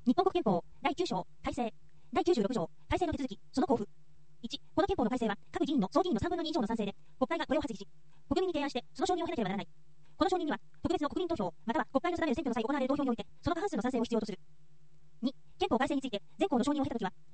日本国憲法第9章改正第96条改正の手続きその交付。1、この憲法の改正は各議員の総議員の3分の2以上の賛成で国会がこれを発議し国民に提案してその承認を経なければならない。この承認には特別の国民投票または国会の定める選挙の際行われる投票においてその過半数の賛成を必要とする。2、憲法改正について全項の承認を経たときは